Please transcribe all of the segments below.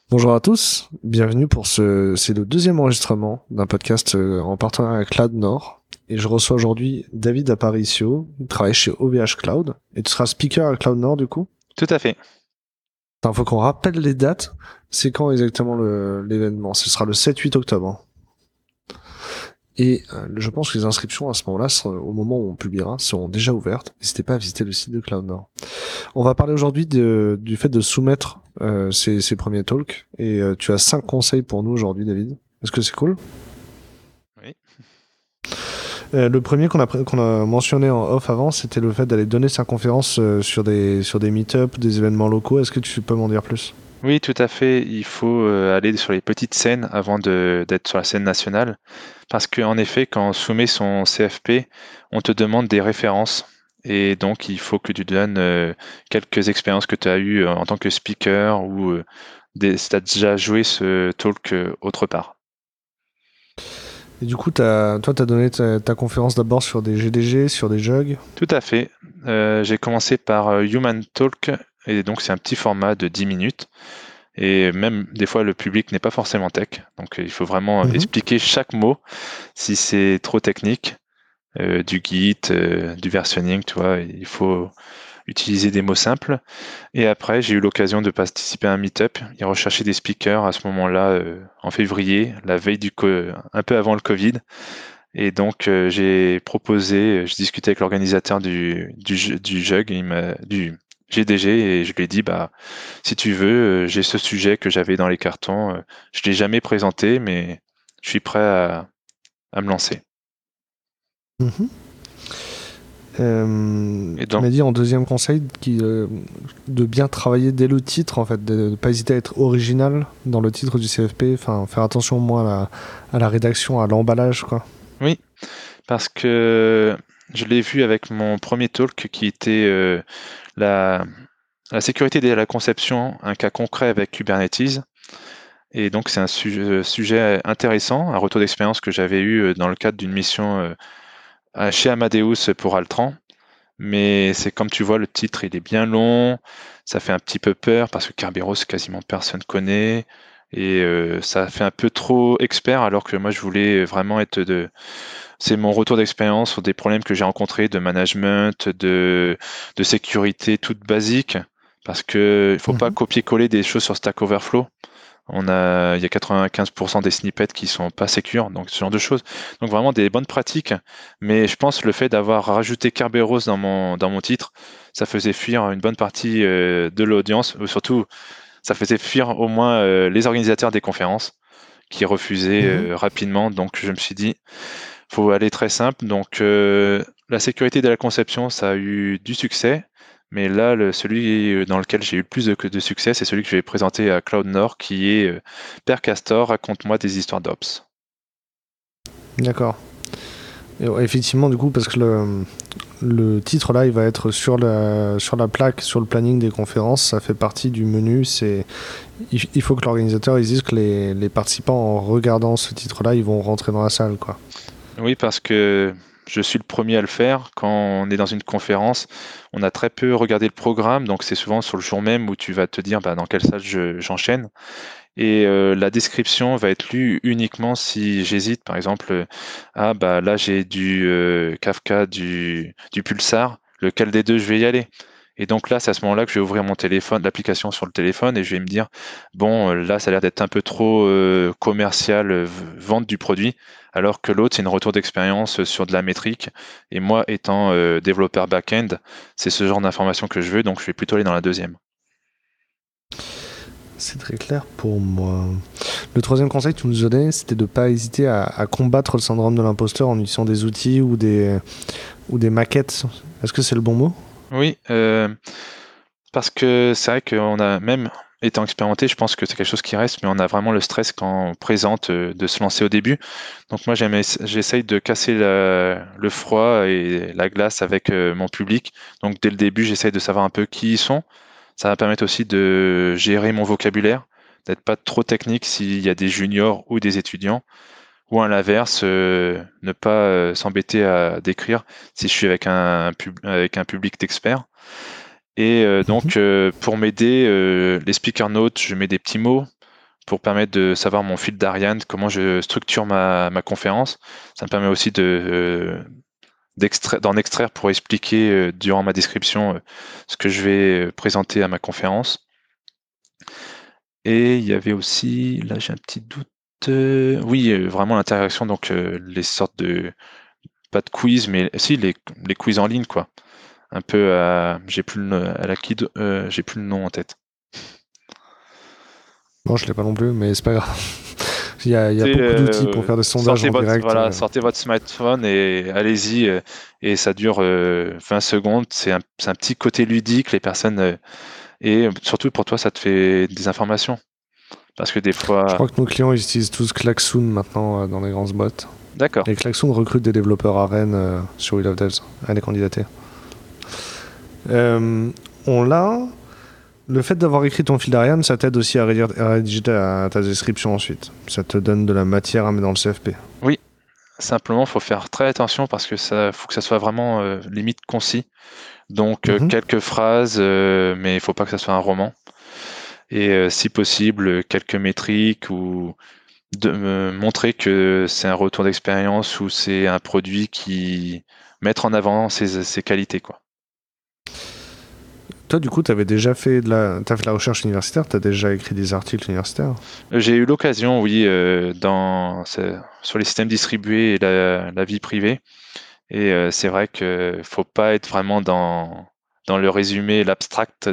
Bonjour à tous, bienvenue pour c'est le deuxième enregistrement d'un podcast en partenariat avec Cloud Nord. Et je reçois aujourd'hui David Aparicio, il travaille chez OVH Cloud. Et tu seras speaker à Cloud Nord du coup. Tout à fait. Il faut qu'on rappelle les dates. C'est quand exactement l'événement? Ce sera le 7-8 octobre. Et je pense que les inscriptions à ce moment-là, au moment où on publiera, seront déjà ouvertes. N'hésitez pas à visiter le site de Cloud Nord. On va parler aujourd'hui du fait de soumettre ces premiers talks. Et tu as 5 conseils pour nous aujourd'hui, David. Est-ce que c'est cool? Oui. Le premier qu'on a mentionné en off avant, c'était le fait d'aller donner sa conférence sur des meet-up, des événements locaux. Est-ce que tu peux m'en dire plus? Oui, tout à fait. Il faut aller sur les petites scènes avant d'être sur la scène nationale. Parce qu'en effet, quand on soumet son CFP, on te demande des références. Et donc, il faut que tu donnes quelques expériences que tu as eues en tant que speaker ou si tu as déjà joué ce talk autre part. Et du coup, toi, t'as donné ta conférence d'abord sur des GDG, sur des jugs. Tout à fait. J'ai commencé par Human Talk. Et donc, c'est un petit format de 10 minutes. Et même des fois, le public n'est pas forcément tech. Donc, il faut vraiment Mhm. expliquer chaque mot si c'est trop technique, du Git, du versionning, tu vois, il faut utiliser des mots simples. Et après, j'ai eu l'occasion de participer à un meet-up. Ils recherchaient des speakers à ce moment-là, en février, la veille un peu avant le Covid. Et donc, j'ai proposé, je discutais avec l'organisateur du JUG, du GDG, et je lui ai dit, bah, si tu veux, j'ai ce sujet que j'avais dans les cartons. Je l'ai jamais présenté, mais je suis prêt à me lancer. Mhm. Et Tu donc, m'as dit en deuxième conseil de bien travailler dès le titre, en fait, de ne pas hésiter à être original dans le titre du CFP, enfin, faire attention au moins à la rédaction, à l'emballage, quoi. oui, parce que je l'ai vu avec mon premier talk qui était la, la sécurité dès la conception, un cas concret avec Kubernetes. Et donc, c'est un sujet intéressant, un retour d'expérience que j'avais eu dans le cadre d'une mission chez Amadeus pour Altran. Mais c'est comme tu vois, le titre, il est bien long, ça fait un petit peu peur parce que Kerberos, quasiment personne connaît. Et ça fait un peu trop expert alors que moi je voulais vraiment c'est mon retour d'expérience sur des problèmes que j'ai rencontrés de management, de sécurité toute basique, parce que il faut pas Mhm. copier-coller des choses sur Stack Overflow. Il y a 95% des snippets qui sont pas sécures, donc ce genre de choses. Donc vraiment des bonnes pratiques. Mais je pense le fait d'avoir rajouté Kerberos dans mon titre, ça faisait fuir une bonne partie de l'audience, ou surtout ça faisait fuir au moins les organisateurs des conférences qui refusaient Mhm. rapidement. Donc je me suis dit, faut aller très simple. Donc, la sécurité de la conception, ça a eu du succès. Mais là, celui dans lequel j'ai eu le plus de succès, c'est celui que je vais présenter à Cloud Nord, qui est Père Castor, raconte-moi des histoires d'Ops. D'accord. Et ouais, effectivement, du coup, parce que le titre là, il va être sur la plaque, sur le planning des conférences, ça fait partie du menu. Il faut que l'organisateur il dise que les participants, en regardant ce titre là, ils vont rentrer dans la salle, quoi. Oui, parce que je suis le premier à le faire. Quand on est dans une conférence, on a très peu regardé le programme, donc c'est souvent sur le jour même où tu vas te dire bah, dans quelle salle j'enchaîne. Et la description va être lue uniquement si j'hésite. Par exemple, ah bah là j'ai du Kafka, du Pulsar, lequel des deux je vais y aller? Et donc là, c'est à ce moment-là que je vais ouvrir mon téléphone, l'application sur le téléphone, et je vais me dire, bon, là, ça a l'air d'être un peu trop commercial, vente du produit, alors que l'autre, c'est une retour d'expérience sur de la métrique. Et moi, étant développeur back-end, c'est ce genre d'information que je veux, donc je vais plutôt aller dans la deuxième. C'est très clair pour moi. Le troisième conseil que tu nous as donné, c'était de ne pas hésiter à combattre le syndrome de l'imposteur en utilisant des outils ou des maquettes. Est-ce que c'est le bon mot? Oui, parce que c'est vrai qu'on a même étant expérimenté, je pense que c'est quelque chose qui reste, mais on a vraiment le stress quand on présente de se lancer au début. Donc moi, j'essaye de casser le froid et la glace avec mon public. Donc dès le début, j'essaye de savoir un peu qui ils sont. Ça va permettre aussi de gérer mon vocabulaire, d'être pas trop technique s'il y a des juniors ou des étudiants, ou à l'inverse, ne pas s'embêter à décrire si je suis avec avec un public d'experts. Et Mhm. donc, pour m'aider, les speaker notes, je mets des petits mots. pour permettre de savoir mon fil d'Ariane, comment je structure ma conférence. Ça me permet aussi d'en extraire pour expliquer durant ma description ce que je vais présenter à ma conférence. Et il y avait aussi, là j'ai un petit doute, oui, vraiment l'interaction, donc les sortes de, pas de quiz, mais si les quiz en ligne, quoi. Un peu j'ai plus j'ai plus le nom en tête. Non, je l'ai pas non plus, mais c'est pas grave. Il y a beaucoup d'outils pour faire des sondages en direct. Voilà, sortez votre smartphone et allez-y. Et ça dure 20 secondes. C'est un petit côté ludique. Les personnes et surtout pour toi, ça te fait des informations. Parce que des fois. Je crois que nos clients ils utilisent tous Klaxoon maintenant dans les grands bots. D'accord. Et Klaxoon recrute des développeurs à Rennes sur Wheel of Devs, à les candidater. On l'a. Le fait d'avoir écrit ton fil d'Ariane, ça t'aide aussi à rédiger ta description ensuite. Ça te donne de la matière à mettre dans le CFP. Oui, simplement, il faut faire très attention parce que faut que ça soit vraiment limite concis. Donc, quelques phrases, mais il faut pas que ça soit un roman. Et si possible, quelques métriques ou de me montrer que c'est un retour d'expérience ou c'est un produit qui mettre en avant ses qualités, quoi. Toi, du coup, t'as fait la recherche universitaire, t'as déjà écrit des articles universitaires? J'ai eu l'occasion, oui, sur les systèmes distribués et la vie privée. Et c'est vrai qu'il faut pas être vraiment dans le résumé, l'abstract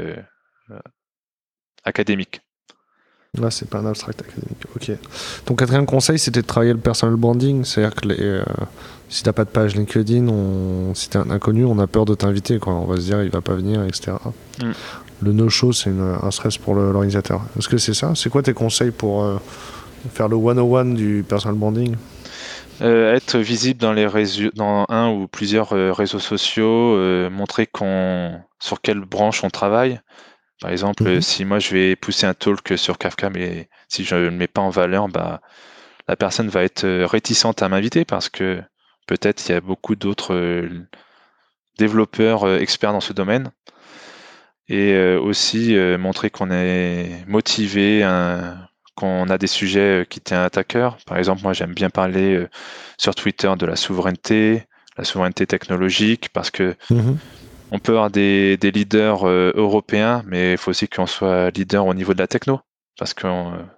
académique. Là, c'est pas un abstract académique. Ok. Ton quatrième conseil, c'était de travailler le personal branding. C'est-à-dire que si t'as pas de page LinkedIn, si t'es un inconnu, on a peur de t'inviter, quoi. On va se dire, il va pas venir, etc. Le no-show, c'est un stress pour l'organisateur. Est-ce que c'est ça? C'est quoi tes conseils pour faire le 101 du personal branding? Être visible dans un ou plusieurs réseaux sociaux, montrer sur quelle branche on travaille. Par exemple, si moi je vais pousser un talk sur Kafka, mais si je ne le mets pas en valeur, la personne va être réticente à m'inviter parce que peut-être il y a beaucoup d'autres développeurs experts dans ce domaine. Et aussi montrer qu'on est motivé, qu'on a des sujets qui tiennent à cœur. Par exemple, moi j'aime bien parler sur Twitter de la souveraineté technologique, parce que on peut avoir des leaders européens, mais il faut aussi qu'on soit leader au niveau de la techno. Parce que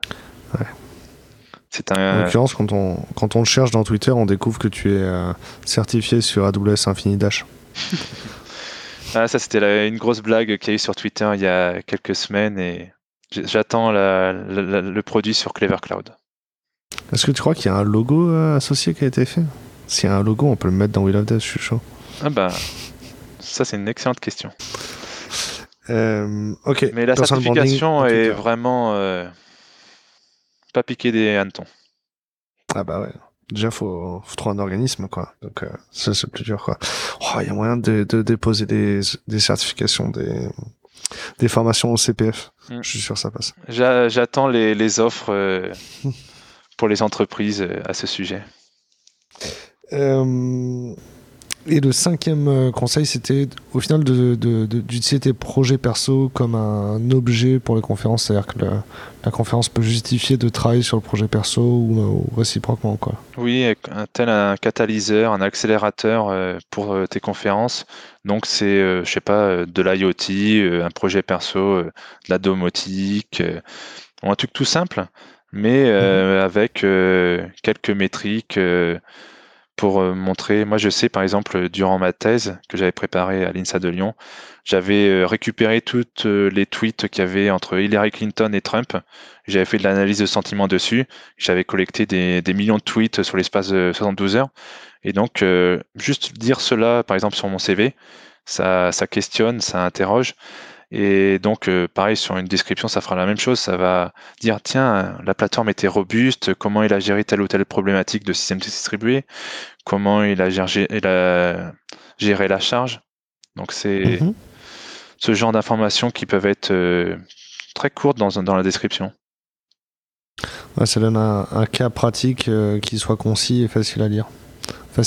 c'est En l'occurrence, quand on le cherche dans Twitter, on découvre que tu es certifié sur AWS Infinidash. Ça, c'était une grosse blague qu'il y a eu sur Twitter il y a quelques semaines et j'attends le produit sur Clever Cloud. Est-ce que tu crois qu'il y a un logo associé qui a été fait? S'il y a un logo, on peut le mettre dans Wheel of Devs, je suis chaud. Ça c'est une excellente question. Ok. Mais la certification est vraiment pas piquer des hannetons. Ah bah ouais. Déjà, faut trouver un organisme, quoi. Donc, ça, c'est le plus dur, quoi. Il y a moyen de déposer des certifications, des formations au CPF. Je suis sûr que ça passe. J'attends les offres pour les entreprises à ce sujet. Et le cinquième conseil, c'était au final d'utiliser tes projets perso comme un objet pour les conférences. C'est-à-dire que la conférence peut justifier de travailler sur le projet perso ou réciproquement, quoi. Oui, un catalyseur, un accélérateur pour tes conférences. Donc c'est, je sais pas, de l'IoT, un projet perso, de la domotique, un truc tout simple, mais avec quelques métriques pour montrer. Moi, je sais, par exemple, durant ma thèse que j'avais préparée à l'INSA de Lyon, j'avais récupéré toutes les tweets qu'il y avait entre Hillary Clinton et Trump. J'avais fait de l'analyse de sentiments dessus. J'avais collecté des millions de tweets sur l'espace de 72 heures. Et donc, juste dire cela, par exemple, sur mon CV, ça questionne, ça interroge. Et donc, pareil, sur une description, ça fera la même chose. Ça va dire, tiens, la plateforme était robuste, comment il a géré telle ou telle problématique de système distribué, comment il a géré la charge. Donc, c'est ce genre d'informations qui peuvent être très courtes dans la description. Ouais, ça donne un cas pratique qui soit concis et facile à lire.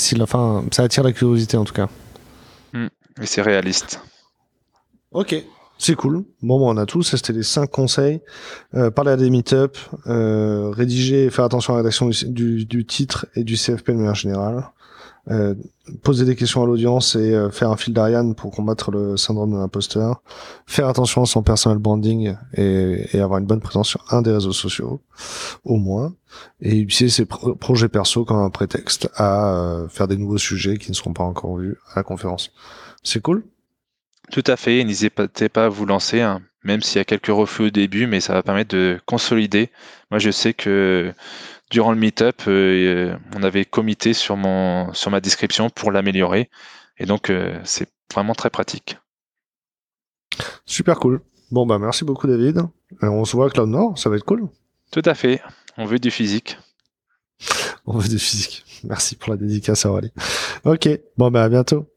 Ça attire la curiosité en tout cas. Et c'est réaliste. Ok. C'est cool. Bon, on a tout. Ça, c'était les 5 conseils. Parler à des meet-up, rédiger, faire attention à la rédaction du titre et du CFP de manière générale. Poser des questions à l'audience et faire un fil d'Ariane pour combattre le syndrome de l'imposteur. Faire attention à son personal branding et avoir une bonne présence sur un des réseaux sociaux, au moins. Et utiliser ses projets perso comme un prétexte à faire des nouveaux sujets qui ne seront pas encore vus à la conférence. C'est cool. Tout à fait, n'hésitez pas à vous lancer, hein, même s'il y a quelques refus au début, mais ça va permettre de consolider. Moi, je sais que durant le meet-up, on avait commité sur ma description pour l'améliorer. Et donc, c'est vraiment très pratique. Super cool. Bon, bah, merci beaucoup, David. On se voit à Cloud Nord. Ça va être cool. Tout à fait. On veut du physique. On veut de physique. Merci pour la dédicace à Aurélie. Ok. Bon, bah, à bientôt.